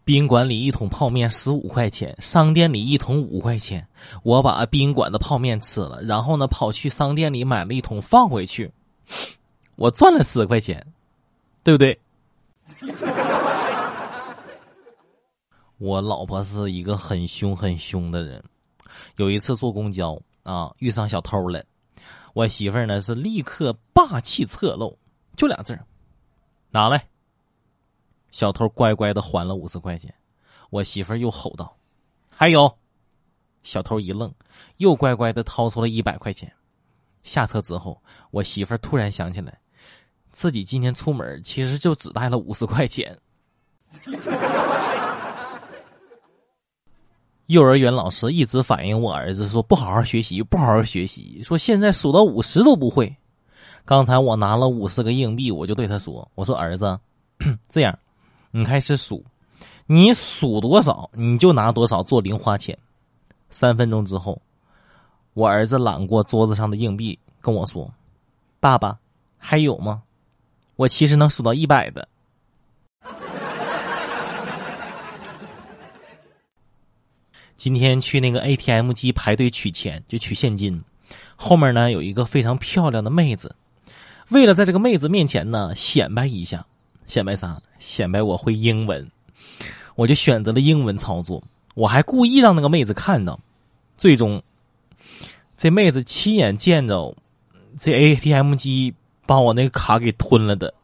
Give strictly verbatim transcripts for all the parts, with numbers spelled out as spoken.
宾馆里一桶泡面十五块钱，商店里一桶五块钱。我把宾馆的泡面吃了，然后呢跑去商店里买了一桶放回去，我赚了十块钱，对不对？我老婆是一个很凶很凶的人。有一次坐公交啊，遇上小偷了，我媳妇儿呢是立刻霸气侧漏，就俩字儿，拿来。小偷乖乖的还了五十块钱，我媳妇儿又吼道：“还有！”小偷一愣，又乖乖的掏出了一百块钱。下车之后，我媳妇儿突然想起来，自己今天出门其实就只带了五十块钱。幼儿园老师一直反映我儿子说不好好学习，不好好学习，说现在数到五十都不会。刚才我拿了五十个硬币，我就对他说：“我说儿子，这样。”你开始数，你数多少你就拿多少做零花钱。三分钟之后，我儿子揽过桌子上的硬币跟我说：“爸爸，还有吗？我其实能数到一百的。”今天去那个 A T M 机排队取钱，就取现金，后面呢有一个非常漂亮的妹子，为了在这个妹子面前呢显摆一下。显摆啥？显摆我会英文，我就选择了英文操作。我还故意让那个妹子看到，最终这妹子亲眼见着这 A T M 机把我那个卡给吞了的。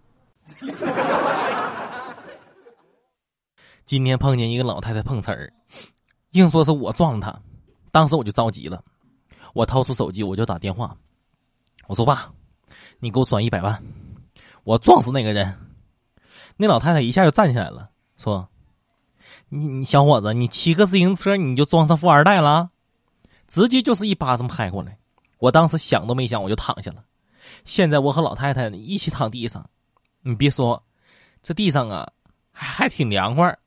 今天碰见一个老太太碰瓷儿，硬说是我撞她，当时我就着急了，我掏出手机我就打电话，我说爸，你给我转一百万，我撞死那个人。那老太太一下就站起来了，说：“你你小伙子，你骑个自行车你就装上富二代了？”直接就是一巴掌拍过来。我当时想都没想，我就躺下了。现在我和老太太一起躺地上，你别说，这地上啊还还挺凉快。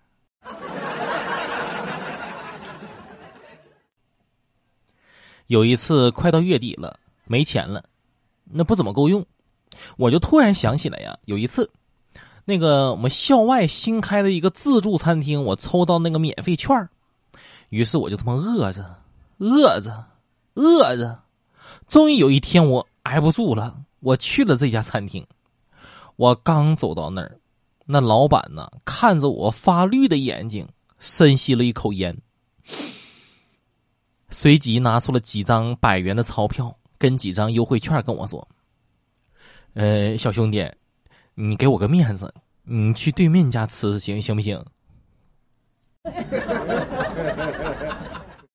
有一次快到月底了，没钱了，那不怎么够用，我就突然想起来呀，有一次。那个我们校外新开的一个自助餐厅，我抽到那个免费券，于是我就这么饿着饿着饿着，终于有一天我挨不住了，我去了这家餐厅。我刚走到那儿，那老板呢看着我发绿的眼睛，深吸了一口烟，随即拿出了几张百元的钞票跟几张优惠券跟我说：“呃，小兄弟，你给我个面子，你去对面家吃行行不行？”